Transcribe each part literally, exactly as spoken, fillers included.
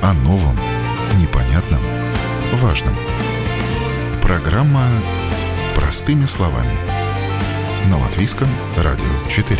О новом, непонятном, важном. Программа «Простыми словами» на Латвийском радио четыре.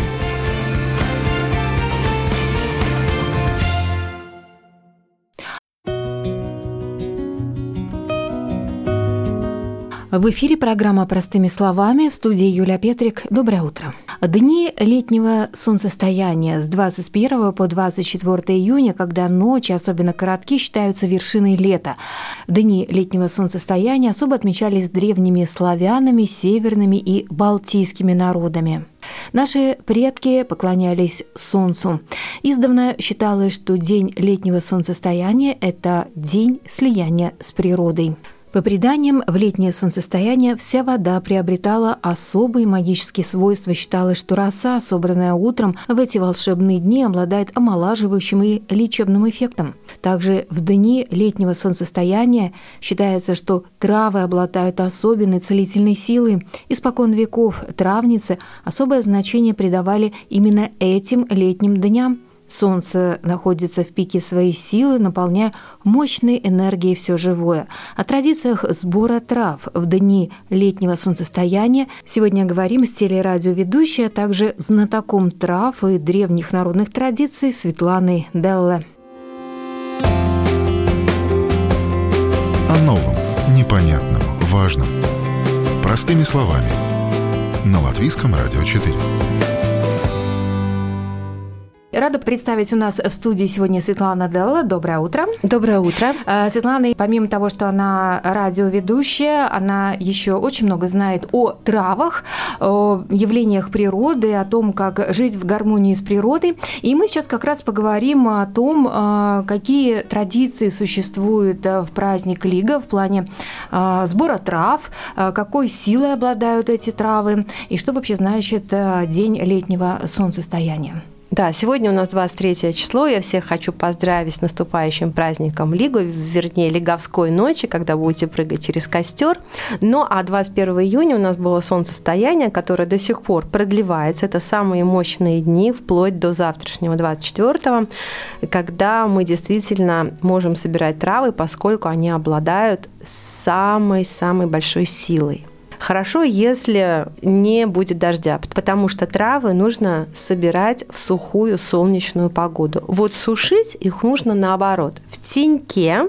В эфире программа «Простыми словами», в студии Юлия Петрик. Доброе утро. Дни летнего солнцестояния с двадцать первого по двадцать четвёртое июня, когда ночи особенно коротки, считаются вершиной лета. Дни летнего солнцестояния особо отмечались древними славянами, северными и балтийскими народами. Наши предки поклонялись солнцу. Издавна считалось, что день летнего солнцестояния – это день слияния с природой. По преданиям, в летнее солнцестояние вся вода приобретала особые магические свойства. Считалось, что роса, собранная утром, в эти волшебные дни обладает омолаживающим и лечебным эффектом. Также в дни летнего солнцестояния считается, что травы обладают особенной целительной силой. Испокон веков травницы особое значение придавали именно этим летним дням. Солнце находится в пике своей силы, наполняя мощной энергией все живое. О традициях сбора трав в дни летнего солнцестояния сегодня говорим с телерадиоведущей, а также знатоком трав и древних народных традиций Светланой Делле. О новом, непонятном, важном. Простыми словами. На Латвийском радио четыре. Рада представить у нас в студии сегодня Светлана Делле. Доброе утро. Доброе утро. Светлана, помимо того, что она радиоведущая, она еще очень много знает о травах, о явлениях природы, о том, как жить в гармонии с природой. И мы сейчас как раз поговорим о том, какие традиции существуют в праздник Лига в плане сбора трав, какой силой обладают эти травы и что вообще значит день летнего солнцестояния. Да, сегодня у нас двадцать третье число. Я всех хочу поздравить с наступающим праздником Лигу, вернее, Лиговской ночи, когда будете прыгать через костер. Ну, а двадцать первого июня у нас было солнцестояние, которое до сих пор продлевается. Это самые мощные дни, вплоть до завтрашнего, двадцать четвёртого, когда мы действительно можем собирать травы, поскольку они обладают самой-самой большой силой. Хорошо, если не будет дождя, потому что травы нужно собирать в сухую солнечную погоду. Вот сушить их нужно наоборот, в теньке,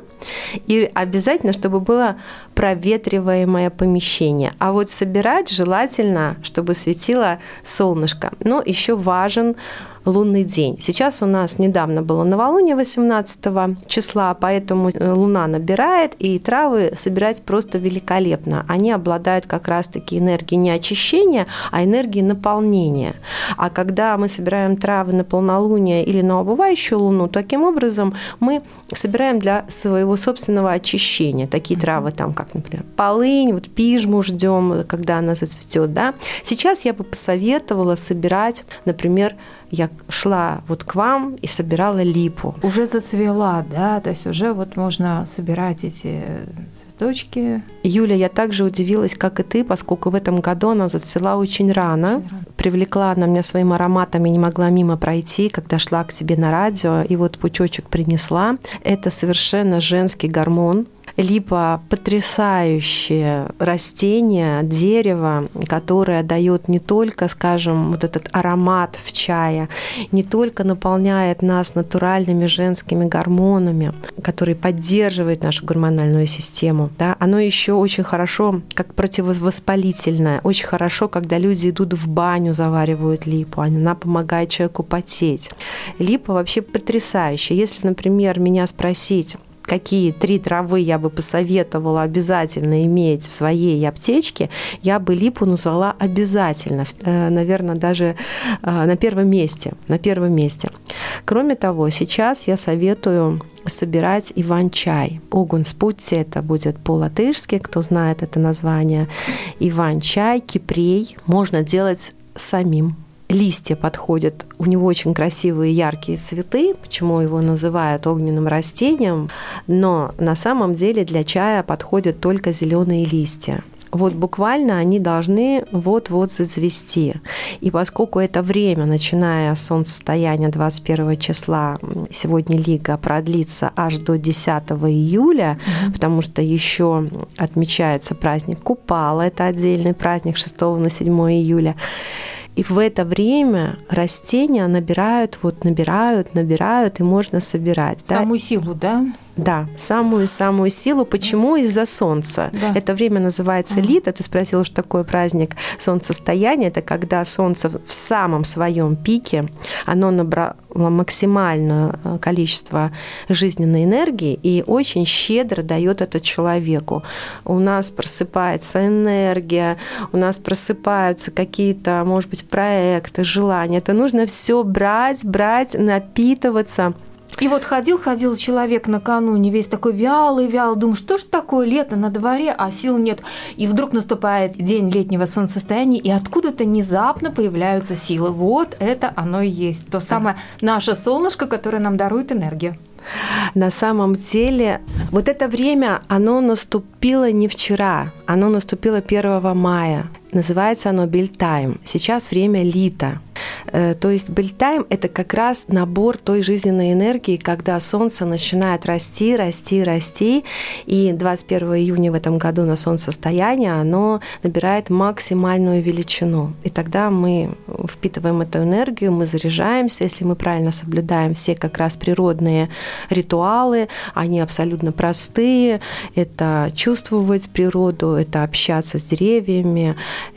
и обязательно, чтобы было проветриваемое помещение. А вот собирать желательно, чтобы светило солнышко. Но еще важен лунный день. Сейчас у нас недавно было новолуние восемнадцатого числа, поэтому луна набирает, и травы собирать просто великолепно. Они обладают как раз-таки энергией не очищения, а энергией наполнения. А когда мы собираем травы на полнолуние или на убывающую луну, таким образом мы собираем для своего собственного очищения. Такие травы, там, как, например, полынь, вот пижму ждем, когда она зацветет. Да? Сейчас я бы посоветовала собирать, например, я шла вот к вам и собирала липу. Уже зацвела, да? То есть уже вот можно собирать эти цветочки. Юля, я также удивилась, как и ты, поскольку в этом году она зацвела очень рано. Очень рано. Привлекла она меня своим ароматом и не могла мимо пройти, когда шла к тебе на радио, и вот пучочек принесла. Это совершенно женский гормон. Липа – потрясающее растение, дерево, которое дает не только, скажем, вот этот аромат в чае, не только наполняет нас натуральными женскими гормонами, которые поддерживают нашу гормональную систему, да, оно еще очень хорошо, как противовоспалительное, очень хорошо, когда люди идут в баню, заваривают липу, она помогает человеку потеть. Липа вообще потрясающая. Если, например, меня спросить, какие три травы я бы посоветовала обязательно иметь в своей аптечке, я бы липу назвала обязательно, наверное, даже на первом месте. На первом месте. Кроме того, сейчас я советую собирать иван-чай. Огунспутти, это будет по-латышски, кто знает это название. Иван-чай, кипрей можно делать самим. Листья подходят, у него очень красивые яркие цветы, почему его называют огненным растением, но на самом деле для чая подходят только зеленые листья. вот буквально они должны вот-вот зацвести. И поскольку это время, начиная с солнцестояния двадцать первого числа, сегодня Лига продлится аж до десятого июля, mm-hmm. потому что еще отмечается праздник Купала, это отдельный праздник шестого на седьмое июля. И в это время растения набирают, вот набирают, набирают, и можно собирать. Самую да? силу, да? Да, самую-самую силу. Почему? Из-за солнца. Да. Это время называется лито. Ты спросила, что такое праздник солнцестояния. Это когда солнце в самом своем пике, оно набрало максимальное количество жизненной энергии и очень щедро дает это человеку. У нас просыпается энергия, у нас просыпаются какие-то, может быть, проекты, желания. Это нужно все брать, брать, напитываться. И вот ходил-ходил человек накануне, весь такой вялый-вялый, думаю, что ж такое лето на дворе, а сил нет. И вдруг наступает день летнего солнцестояния, и откуда-то внезапно появляются силы. Вот это оно и есть. То самое наше солнышко, которое нам дарует энергию. На самом деле, вот это время, оно наступило не вчера, оно наступило первого мая. Называется оно Бельтайм. Сейчас время лита. То есть Бельтайм – это как раз набор той жизненной энергии, когда солнце начинает расти, расти, расти. И двадцать первого июня в этом году на солнцестояние оно набирает максимальную величину. И тогда мы впитываем эту энергию, мы заряжаемся, если мы правильно соблюдаем все как раз природные ритуалы. Они абсолютно простые. Это чувствовать природу, это общаться с деревьями,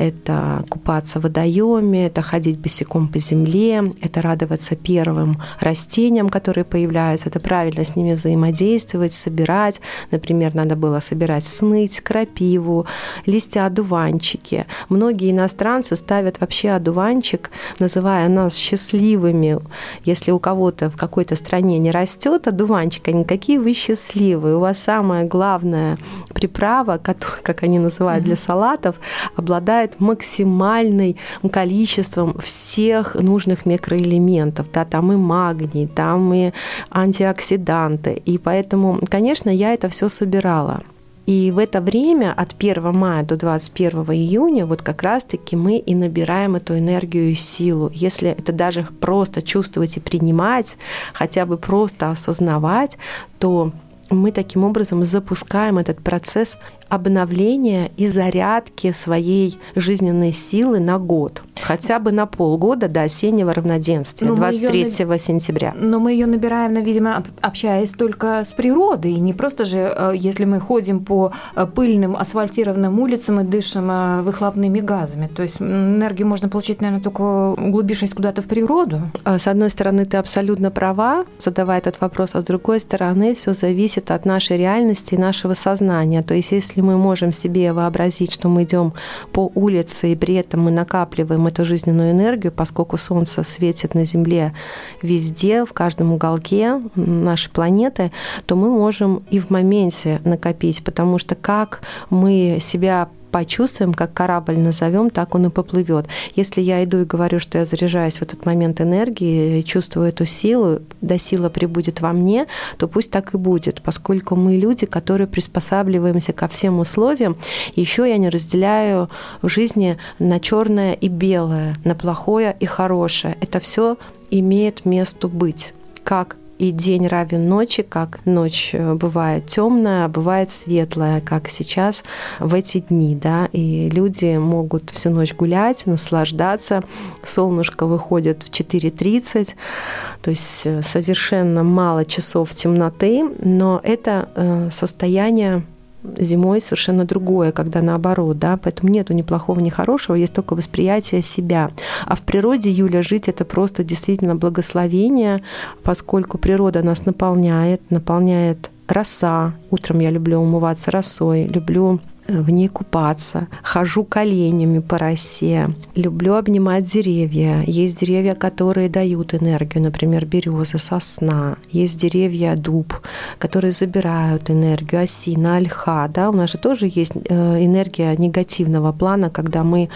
это купаться в водоеме, это ходить босиком по земле, это радоваться первым растениям, которые появляются, это правильно с ними взаимодействовать, собирать. Например, надо было собирать сныть, крапиву, листья одуванчики. Многие иностранцы ставят вообще одуванчик, называя нас счастливыми. Если у кого-то в какой-то стране не растет одуванчик, они какие вы счастливые. У вас самая главная приправа, как они называют для салатов, обладает максимальным количеством всех нужных микроэлементов. Да, там и магний, там и антиоксиданты. И поэтому, конечно, я это все собирала. И в это время от первого мая до двадцать первого июня вот как раз-таки мы и набираем эту энергию и силу. Если это даже просто чувствовать и принимать, хотя бы просто осознавать, то мы таким образом запускаем этот процесс обновления и зарядки своей жизненной силы на год. Хотя бы на полгода до осеннего равноденствия, двадцать третьего сентября. Но мы ее набираем, видимо, общаясь только с природой. Не просто же, если мы ходим по пыльным асфальтированным улицам и дышим выхлопными газами. То есть энергию можно получить, наверное, только углубившись куда-то в природу. С одной стороны, ты абсолютно права, задавая этот вопрос, а с другой стороны, все зависит от нашей реальности и нашего сознания. То есть если мы можем себе вообразить, что мы идем по улице, и при этом мы накапливаем эту жизненную энергию, поскольку Солнце светит на Земле везде, в каждом уголке нашей планеты, то мы можем и в моменте накопить, потому что как мы себя почувствуем, как корабль назовем, так он и поплывет. Если я иду и говорю, что я заряжаюсь в этот момент энергии, чувствую эту силу, да сила прибудет во мне, то пусть так и будет, поскольку мы люди, которые приспосабливаемся ко всем условиям. Еще я не разделяю в жизни на черное и белое, на плохое и хорошее. Это все имеет место быть. Как и день равен ночи, как ночь бывает темная, а бывает светлая, как сейчас в эти дни, да, и люди могут всю ночь гулять, наслаждаться, солнышко выходит в четыре тридцать, то есть совершенно мало часов темноты, но это состояние зимой совершенно другое, когда наоборот, да, поэтому нету ни плохого, ни хорошего, есть только восприятие себя. А в природе, Юля, жить — это просто действительно благословение, поскольку природа нас наполняет, наполняет роса. Утром я люблю умываться росой, люблю в ней купаться, хожу коленями по росе, люблю обнимать деревья. Есть деревья, которые дают энергию, например, береза, сосна. Есть деревья, дуб, которые забирают энергию, осина, ольха. Да? У нас же тоже есть энергия негативного плана, когда мы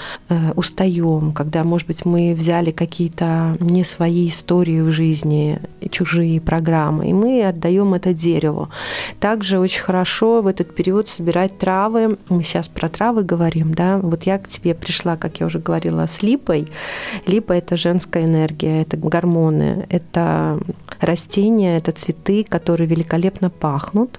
устаем, когда, может быть, мы взяли какие-то не свои истории в жизни, чужие программы, и мы отдаем это дереву. Также очень хорошо в этот период собирать травы, мы сейчас про травы говорим, да, вот я к тебе пришла, как я уже говорила, с липой. Липа – это женская энергия, это гормоны, это растения, это цветы, которые великолепно пахнут.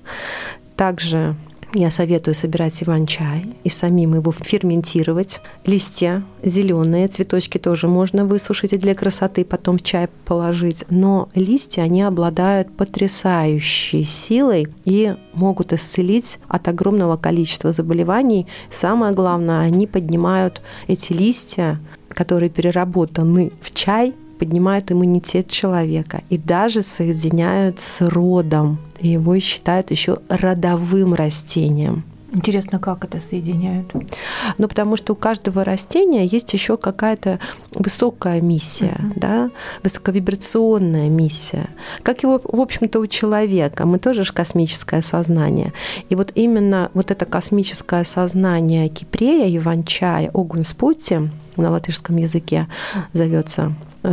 Также я советую собирать иван-чай и самим его ферментировать. Листья зеленые, цветочки тоже можно высушить и для красоты потом в чай положить. Но листья, они обладают потрясающей силой и могут исцелить от огромного количества заболеваний. Самое главное, они поднимают эти листья, которые переработаны в чай, поднимают иммунитет человека и даже соединяют с родом. И его считают еще родовым растением. Интересно, как это соединяют? Ну, потому что у каждого растения есть еще какая-то высокая миссия, uh-huh. да, высоковибрационная миссия. Как его, в общем-то, у человека. Мы тоже же космическое сознание. И вот именно вот это космическое сознание Кипрея, иван-чая, огунспути, на латышском языке зовется,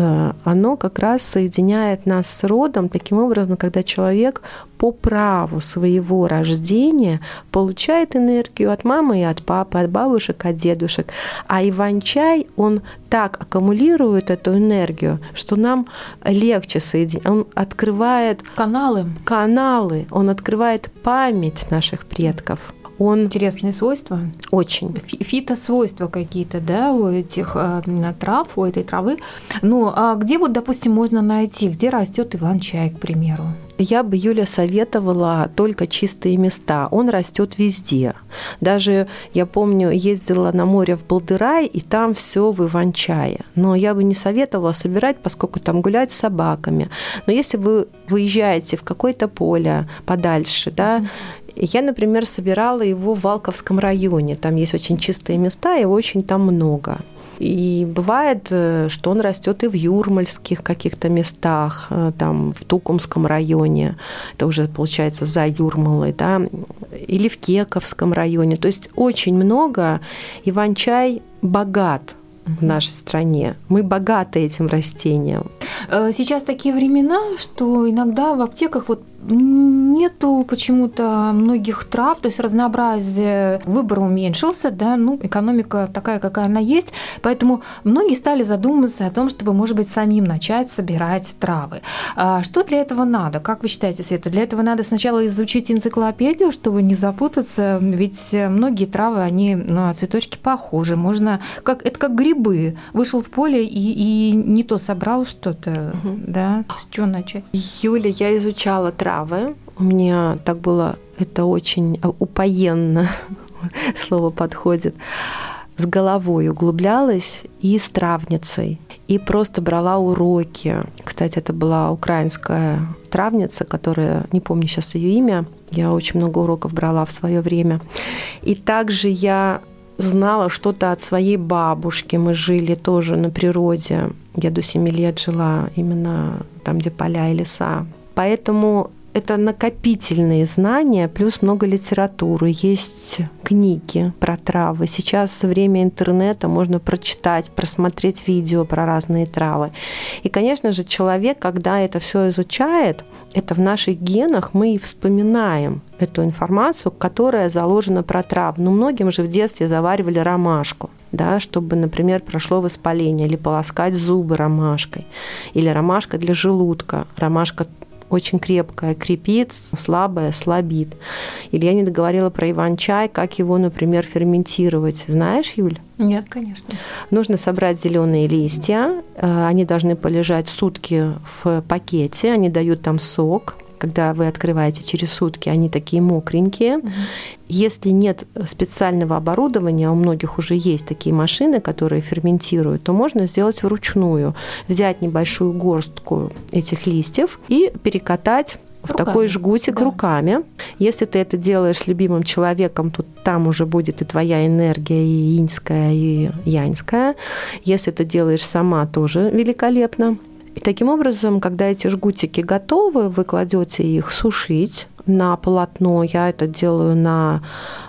оно как раз соединяет нас с родом таким образом, когда человек по праву своего рождения получает энергию от мамы и от папы, от бабушек, от дедушек. А иван-чай, он так аккумулирует эту энергию, что нам легче соединять. Он открывает каналы. каналы, он открывает память наших предков. Он... Интересные свойства. Очень. Фитосвойства какие-то, да, у этих э, трав, у этой травы. Ну, а где вот, допустим, можно найти, где растет иван-чай, к примеру? Я бы, Юля, советовала только чистые места. Он растет везде. Даже, я помню, ездила на море в Балдырай, и там все в иван-чае. Но я бы не советовала собирать, поскольку там гулять с собаками. Но если вы выезжаете в какое-то поле подальше, да, я, например, собирала его в Валковском районе. Там есть очень чистые места, его очень там много. И бывает, что он растет и в юрмальских каких-то местах, там, в Тукумском районе, это уже получается за Юрмалой, да, или в Кековском районе. То есть очень много. Иван-чай богат в нашей стране. Мы богаты этим растением. Сейчас такие времена, что иногда в аптеках вот нету почему-то многих трав, то есть разнообразие, выбор уменьшился, да, ну, экономика такая, какая она есть, поэтому многие стали задумываться о том, чтобы, может быть, самим начать собирать травы. А что для этого надо? Как вы считаете, Света? Для этого надо сначала изучить энциклопедию, чтобы не запутаться, ведь многие травы, они на цветочки похожи, можно, как, это как грибы, вышел в поле и, и не то собрал что-то, угу. да, с чего начать? Юля, я изучала травы. У меня так было, это очень упоенно, слово подходит, с головой углублялась и с травницей. И просто брала уроки. Кстати, это была украинская травница, которая, не помню сейчас ее имя, я очень много уроков брала в свое время. И также я знала что-то от своей бабушки. Мы жили тоже на природе. Я до семи лет жила именно там, где поля и леса. Поэтому это накопительные знания, плюс много литературы. Есть книги про травы. Сейчас время интернета, можно прочитать, просмотреть видео про разные травы. И, конечно же, человек, когда это все изучает, это в наших генах, мы и вспоминаем эту информацию, которая заложена про траву. Но многим же в детстве заваривали ромашку, да, чтобы, например, прошло воспаление, или полоскать зубы ромашкой, или ромашка для желудка. Ромашка очень крепкая, крепит, слабая, слабит. Или я не договорила про иван-чай, как его, например, ферментировать. Знаешь, Юль? Нет, конечно. Нужно собрать зеленые листья. Они должны полежать сутки в пакете. Они дают там сок. Когда вы открываете через сутки, они такие мокренькие. Угу. Если нет специального оборудования, у многих уже есть такие машины, которые ферментируют, то можно сделать вручную. Взять небольшую горстку этих листьев и перекатать в руками. Такой жгутик да. руками. Если ты это делаешь с любимым человеком, то там уже будет и твоя энергия, и иньская, и яньская. Если ты делаешь сама, тоже великолепно. И таким образом, когда эти жгутики готовы, вы кладете их сушить на полотно. Я это делаю на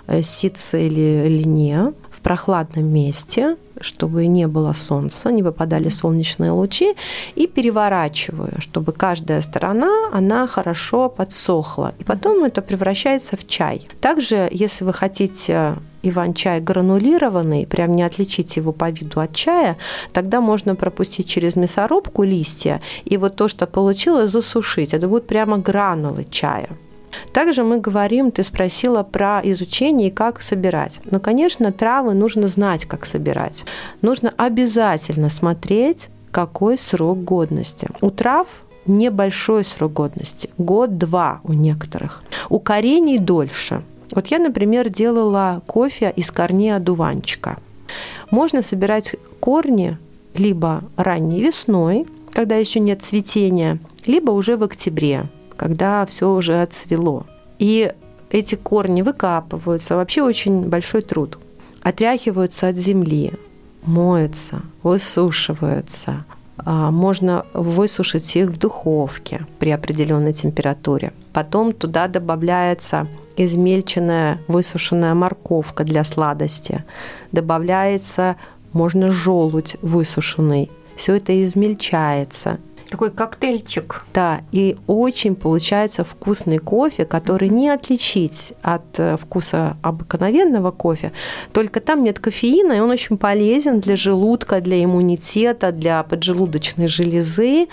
ситце или льне в прохладном месте, чтобы не было солнца, не попадали солнечные лучи, и переворачиваю, чтобы каждая сторона, она хорошо подсохла. И потом это превращается в чай. Также, если вы хотите иван-чай гранулированный, прям не отличить его по виду от чая, тогда можно пропустить через мясорубку листья, и вот то, что получилось, засушить. Это будут прямо гранулы чая. Также мы говорим, ты спросила про изучение и как собирать. Ну, конечно, травы нужно знать, как собирать. Нужно обязательно смотреть, какой срок годности. У трав небольшой срок годности, год-два у некоторых. У корений дольше. Вот я, например, делала кофе из корней одуванчика. Можно собирать корни либо ранней весной, когда еще нет цветения, либо уже в октябре, когда все уже отцвело. И эти корни выкапываются, вообще очень большой труд. Отряхиваются от земли, моются, высушиваются. Можно высушить их в духовке при определенной температуре. Потом туда добавляется измельченная высушенная морковка для сладости. Добавляется, можно желудь высушенный. Все это измельчается. Такой коктейльчик. Да, и очень получается вкусный кофе, который не отличить от вкуса обыкновенного кофе. Только там нет кофеина, и он очень полезен для желудка, для иммунитета, для поджелудочной железы.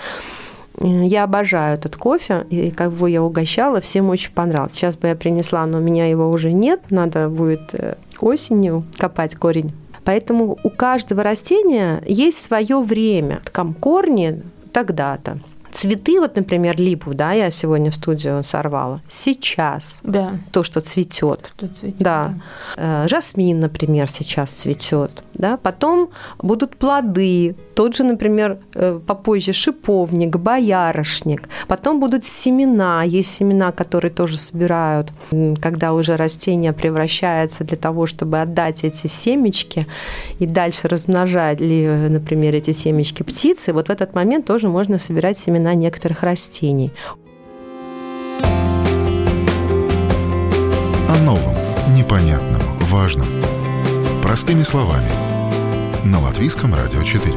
Я обожаю этот кофе, и кого я угощала, всем очень понравилось. Сейчас бы я принесла, но у меня его уже нет, надо будет осенью копать корень. Поэтому у каждого растения есть свое время. Там корни тогда-то. Цветы, вот, например, липу, да, я сегодня в студию сорвала. Сейчас. Да. То, что цветет. Что цветет, да. да. Жасмин, например, сейчас цветет. Да. Потом будут плоды. Тот же, например, попозже шиповник, боярышник. Потом будут семена. Есть семена, которые тоже собирают, когда уже растение превращается для того, чтобы отдать эти семечки и дальше размножали, например, эти семечки птицы. Вот в этот момент тоже можно собирать семена некоторых растений. О новом, непонятном, важном. Простыми словами. На Латвийском радио четыре.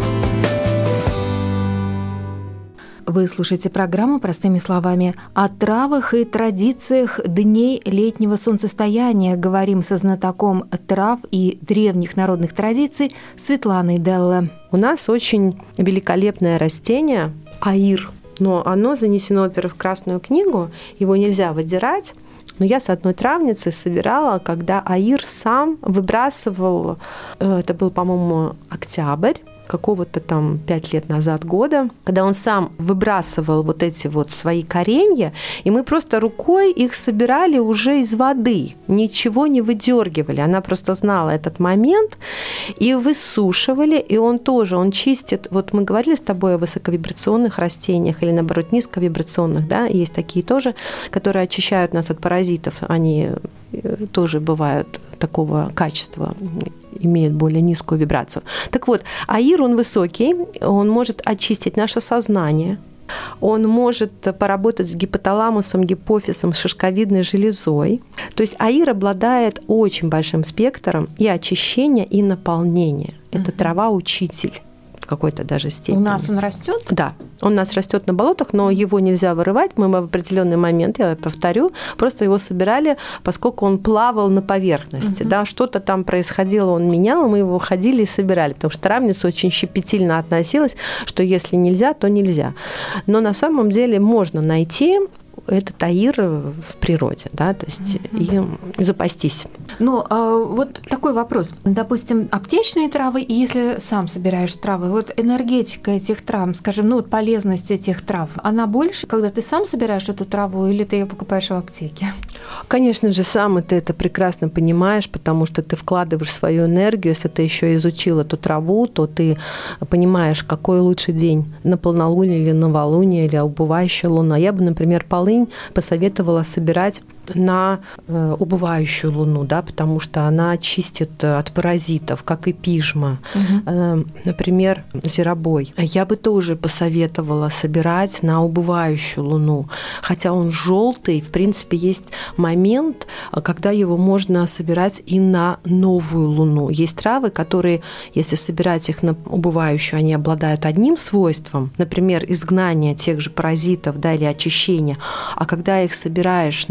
Вы слушаете программу «Простыми словами» о травах и традициях Дней летнего солнцестояния. Говорим со знатоком трав и древних народных традиций Светланой Делле. У нас очень великолепное растение – аир. Но оно занесено, во-первых, в Красную книгу, его нельзя выдирать. Но я с одной травницей собирала, когда аир сам выбрасывал, это был, по-моему, октябрь, какого-то там пять лет назад года, когда он сам выбрасывал вот эти вот свои коренья, и мы просто рукой их собирали уже из воды, ничего не выдергивали. Она просто знала этот момент и высушивали, и он тоже, он чистит, вот мы говорили с тобой о высоковибрационных растениях или, наоборот, низковибрационных, да, есть такие тоже, которые очищают нас от паразитов, они тоже бывают такого качества, имеют более низкую вибрацию. Так вот, аир, он высокий, он может очистить наше сознание, он может поработать с гипоталамусом, гипофизом, с шишковидной железой. То есть аир обладает очень большим спектром и очищения, и наполнения. Это uh-huh. трава-учитель в какой-то даже степени. У нас он растет? Да, он у нас растет на болотах, но его нельзя вырывать. Мы в определенный момент, я повторю, просто его собирали, поскольку он плавал на поверхности. Uh-huh. Да, что-то там происходило, он менял, мы его ходили и собирали, потому что травница очень щепетильно относилась, что если нельзя, то нельзя. Но на самом деле можно найти этот аир в природе, да, то есть uh-huh. и запастись. Ну, а вот такой вопрос. Допустим, аптечные травы, и если сам собираешь травы, вот энергетика этих трав, скажем, ну, вот полезность этих трав, она больше, когда ты сам собираешь эту траву, или ты ее покупаешь в аптеке? Конечно же, сам ты это прекрасно понимаешь, потому что ты вкладываешь свою энергию, если ты еще изучил эту траву, то ты понимаешь, какой лучший день, на полнолуние или новолуние, или убывающая луна. Я бы, например, полынь посоветовала собирать на э, убывающую луну, да, потому что она очистит от паразитов, как и пижма. Угу. Э, например, зверобой. Я бы тоже посоветовала собирать на убывающую луну. Хотя он желтый, в принципе, есть момент, когда его можно собирать и на новую луну. Есть травы, которые, если собирать их на убывающую, они обладают одним свойством, например, изгнание тех же паразитов, да, или очищение. А когда их собираешь на новую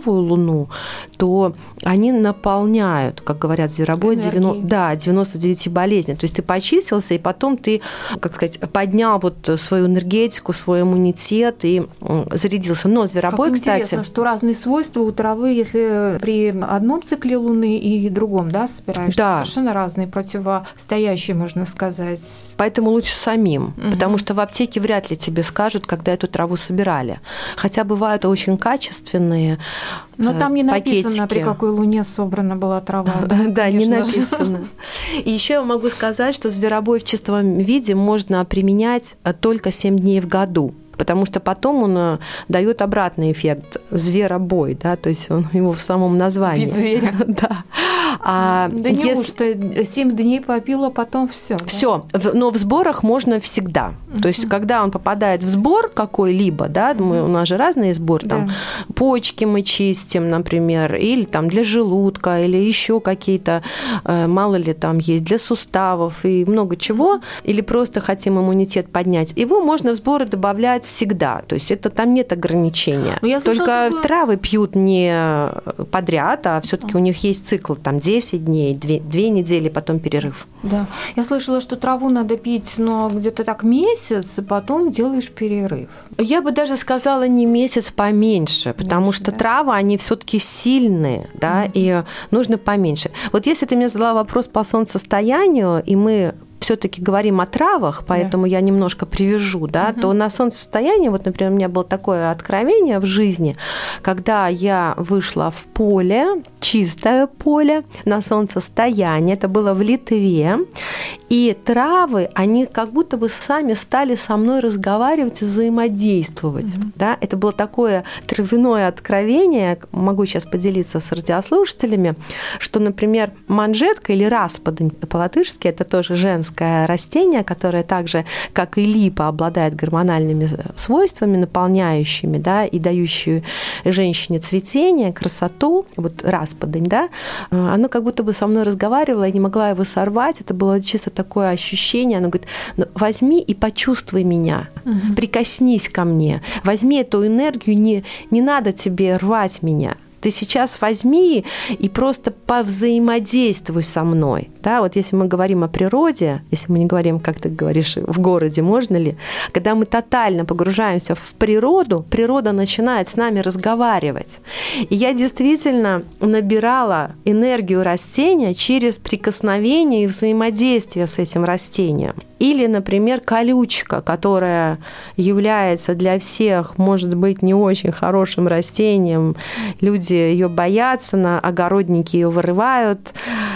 новую луну, то они наполняют, как говорят зверобой, девяносто, да, девяносто девять болезней. То есть ты почистился, и потом ты, как сказать, поднял вот свою энергетику, свой иммунитет и зарядился. Но зверобой, как кстати... интересно, что разные свойства у травы, если при одном цикле Луны и другом, да, собираешь, да. совершенно разные, противостоящие, можно сказать. Поэтому лучше самим, угу. потому что в аптеке вряд ли тебе скажут, когда эту траву собирали. Хотя бывают очень качественные Но там не пакетики. Написано, при какой луне собрана была трава. Да, да не написано. И еще я могу сказать, что зверобой в чистом виде можно применять только семь дней в году. Потому что потом он дает обратный эффект зверобой, да, то есть он его в самом названии. Вид зверя. Да. А да если... неужто семь дней попила, потом все. Все, да? Но в сборах можно всегда. Uh-huh. То есть, когда он попадает в сбор какой-либо, да, мы, у нас же разные сборы, там да. почки мы чистим, например, или там для желудка, или еще какие-то, мало ли там есть для суставов и много чего, или просто хотим иммунитет поднять. Его можно в сборы добавлять всегда. То есть это там нет ограничения. Только слышала, такое... травы пьют не подряд, а все-таки uh-huh. у них есть цикл там десять дней, две, две недели, потом перерыв. Да. Я слышала, что траву надо пить, но где-то так месяц, и потом делаешь перерыв. Я бы даже сказала не месяц, поменьше, потому меньше, что да? травы, они все-таки сильные, да, mm-hmm. и нужно поменьше. Вот если ты мне задала вопрос по солнцестоянию, и мы все-таки говорим о травах, поэтому да. я немножко привяжу, да, угу. то на солнцестоянии, вот, например, у меня было такое откровение в жизни, когда я вышла в поле, чистое поле, на солнцестояние, это было в Литве, и травы, они как будто бы сами стали со мной разговаривать и взаимодействовать, угу. да, это было такое травяное откровение, могу сейчас поделиться с радиослушателями, что, например, манжетка или распадонь по-латышски, это тоже женское растение, которое также, как и липа, обладает гормональными свойствами, наполняющими, да, и дающие женщине цветение, красоту, вот распадонь, да, оно как будто бы со мной разговаривало, я не могла его сорвать, это было чисто такое ощущение, оно говорит, ну, возьми и почувствуй меня, угу. прикоснись ко мне, возьми эту энергию, не, не надо тебе рвать меня. Ты сейчас возьми и просто повзаимодействуй со мной. Да, вот если мы говорим о природе, если мы не говорим, как ты говоришь, в городе, можно ли, когда мы тотально погружаемся в природу, природа начинает с нами разговаривать. И я действительно набирала энергию растения через прикосновение и взаимодействие с этим растением. Или, например, колючка, которая является для всех, может быть, не очень хорошим растением. Люди ее боятся, на огородники ее вырывают,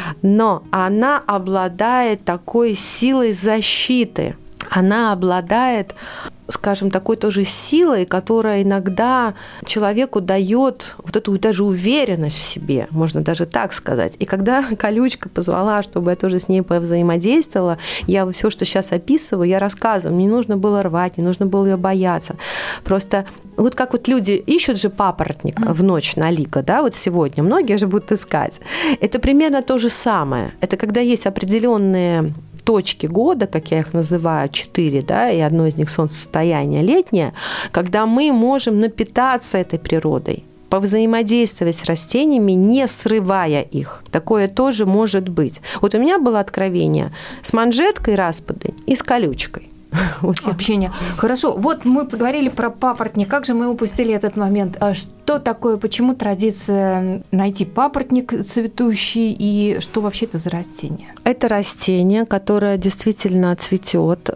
но она обладает такой силой защиты. Она обладает, скажем, такой тоже силой, которая иногда человеку дает вот эту даже уверенность в себе, можно даже так сказать. И когда колючка позвала, чтобы я тоже с ней повзаимодействовала, я все, что сейчас описываю, я рассказываю, мне не нужно было рвать, не нужно было ее бояться. Просто вот как вот люди ищут же папоротник в ночь на лико, да, вот сегодня, многие же будут искать. Это примерно то же самое. Это когда есть определенные точки года, как я их называю, четыре, да, и одно из них солнцестояние летнее, когда мы можем напитаться этой природой, повзаимодействовать с растениями, не срывая их. Такое тоже может быть. Вот у меня было откровение с манжеткой распадонь и с колючкой. Вот общение. Хорошо, вот мы поговорили про папоротник. Как же мы упустили этот момент? А что такое, почему традиция найти папоротник цветущий, и что вообще это за растение? Это растение, которое действительно цветет,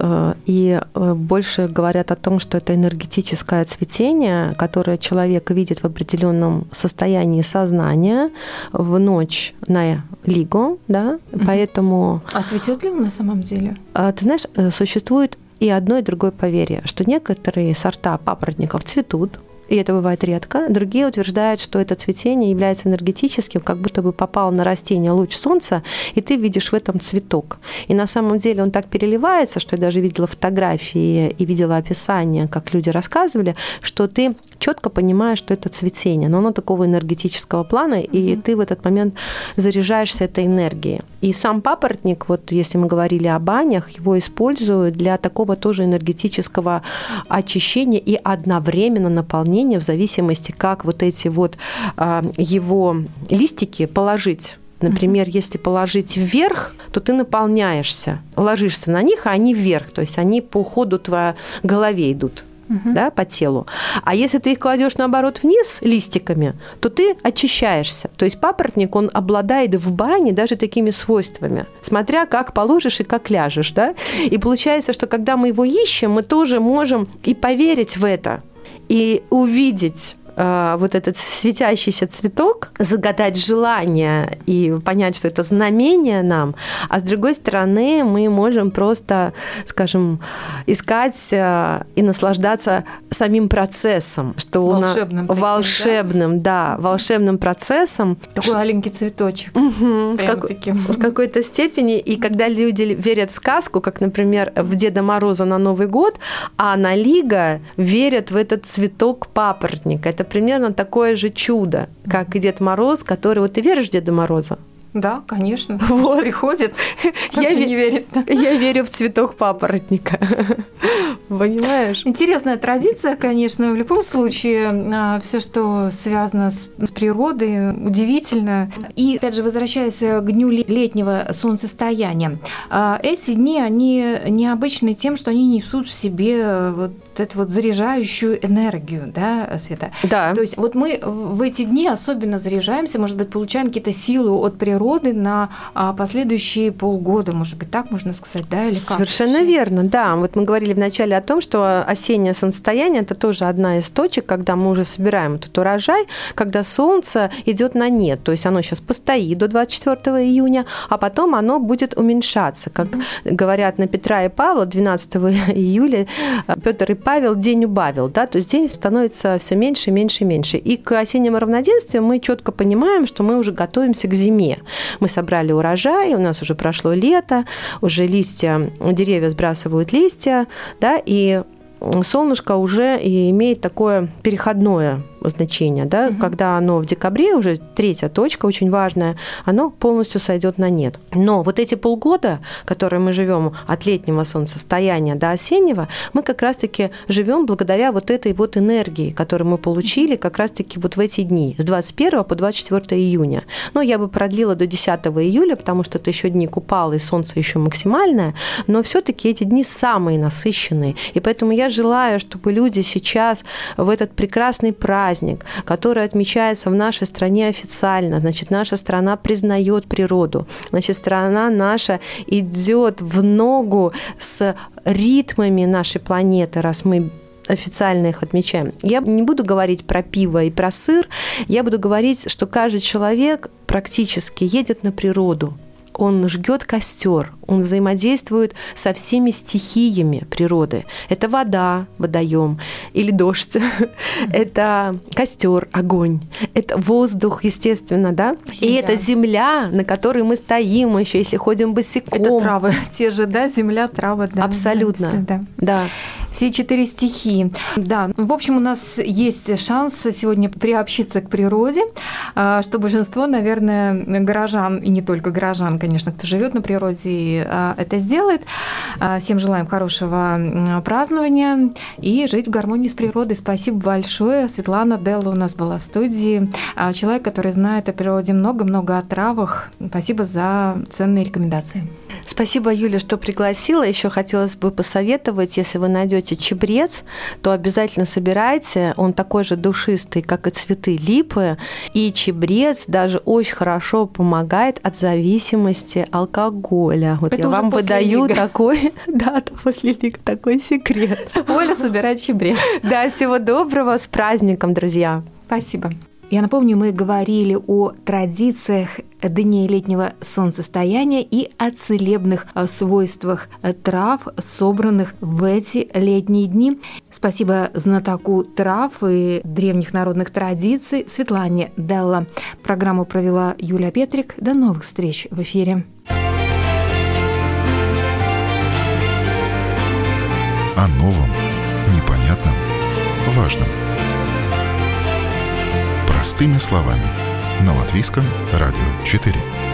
и больше говорят о том, что это энергетическое цветение, которое человек видит в определенном состоянии сознания в ночь на лигу, да, угу. Поэтому... А цветет ли он на самом деле? Ты знаешь, существует и одно, и другое поверье, что некоторые сорта папоротников цветут, и это бывает редко. Другие утверждают, что это цветение является энергетическим, как будто бы попал на растение луч солнца, и ты видишь в этом цветок. И на самом деле он так переливается, что я даже видела фотографии и видела описание, как люди рассказывали, что ты четко понимаешь, что это цветение, но оно такого энергетического плана, mm-hmm. и ты в этот момент заряжаешься этой энергией. И сам папоротник, вот если мы говорили о банях, его используют для такого тоже энергетического очищения и одновременно наполнения наполнение в зависимости, как вот эти вот а, его листики положить. Например, uh-huh. если положить вверх, то ты наполняешься, ложишься на них, а они вверх, то есть они по ходу твоей голове идут. Uh-huh. Да, по телу. А если ты их кладешь наоборот вниз листиками, то ты очищаешься. То есть папоротник, он обладает в бане даже такими свойствами, смотря как положишь и как ляжешь. Да? И получается, что когда мы его ищем, мы тоже можем и поверить в это, и увидеть вот этот светящийся цветок, загадать желание и понять, что это знамение нам, а с другой стороны мы можем просто, скажем, искать и наслаждаться самим процессом, что волшебным, таким, волшебным, да? да, волшебным процессом. Такой маленький цветочек. Угу, в, как, в какой-то степени. И когда люди верят в сказку, как, например, в Деда Мороза на Новый год, а на Лига верят в этот цветок папоротника. Это примерно такое же чудо, как и Дед Мороз, который... Вот ты веришь в Деда Мороза? Да, конечно. Вот. Приходит, как я же не верит. Я верю в цветок папоротника. Понимаешь? Интересная традиция, конечно. В любом случае, все, что связано с, с природой, удивительно. И, опять же, возвращаясь к дню летнего солнцестояния, эти дни, они необычны тем, что они несут в себе вот эту вот заряжающую энергию, да, Света? Да. То есть вот мы в эти дни особенно заряжаемся, может быть, получаем какие-то силы от природы на последующие полгода, может быть, так можно сказать, да, или как? Совершенно верно, да. Вот мы говорили вначале о том, что осеннее солнцестояние – это тоже одна из точек, когда мы уже собираем этот урожай, когда солнце идет на нет, то есть оно сейчас постоит до двадцать четвёртого июня, а потом оно будет уменьшаться, как mm-hmm. говорят на Петра и Павла, двенадцатого июля Петр и Павел день убавил, да, то есть день становится все меньше, меньше, меньше. И к осеннему равноденствию мы четко понимаем, что мы уже готовимся к зиме. Мы собрали урожай, у нас уже прошло лето, уже листья, деревья сбрасывают листья, да, и солнышко уже имеет такое переходное значение, да, угу. когда оно в декабре, уже третья точка, очень важная, оно полностью сойдет на нет. Но вот эти полгода, которые мы живем от летнего солнцестояния до осеннего, мы как раз-таки живем благодаря вот этой вот энергии, которую мы получили как раз-таки вот в эти дни, с двадцать первого по двадцать четвёртое июня. Но я бы продлила до десятого июля, потому что это еще дни Купалы, и солнце еще максимальное, но все-таки эти дни самые насыщенные. И поэтому я желаю, чтобы люди сейчас в этот прекрасный праздник, который отмечается в нашей стране официально, значит, наша страна признает природу, значит, страна наша идет в ногу с ритмами нашей планеты, раз мы официально их отмечаем. Я не буду говорить про пиво и про сыр, я буду говорить, что каждый человек практически едет на природу. Он жгет костер, он взаимодействует со всеми стихиями природы. Это вода, водоем, или дождь, это костер, огонь, это воздух, естественно, да, земля. И это земля, на которой мы стоим еще, если ходим босиком. Это травы, те же, да, земля, травы, да. Абсолютно, да. да. Все четыре стихии. Да, в общем, у нас есть шанс сегодня приобщиться к природе, что большинство, наверное, горожан, и не только горожан, конечно, кто живет на природе, это сделает. Всем желаем хорошего празднования и жить в гармонии с природой. Спасибо большое. Светлана Делла у нас была в студии. Человек, который знает о природе много-много, о травах. Спасибо за ценные рекомендации. Спасибо, Юля, что пригласила. Еще хотелось бы посоветовать, если вы найдете чебрец, то обязательно собирайте. Он такой же душистый, как и цветы липы. И чебрец даже очень хорошо помогает от зависимости алкоголя. Вот это я вам выдаю лига. такой, да, после лига такой секрет. Оля собирает чебрец. Да, всего доброго, с праздником, друзья. Спасибо. Я напомню, мы говорили о традициях дней летнего солнцестояния и о целебных свойствах трав, собранных в эти летние дни. Спасибо знатоку трав и древних народных традиций Светлане Делла. Программу провела Юлия Петрик. До новых встреч в эфире. О новом, непонятном, важном. Простыми словами. На Латвийском радио четыре.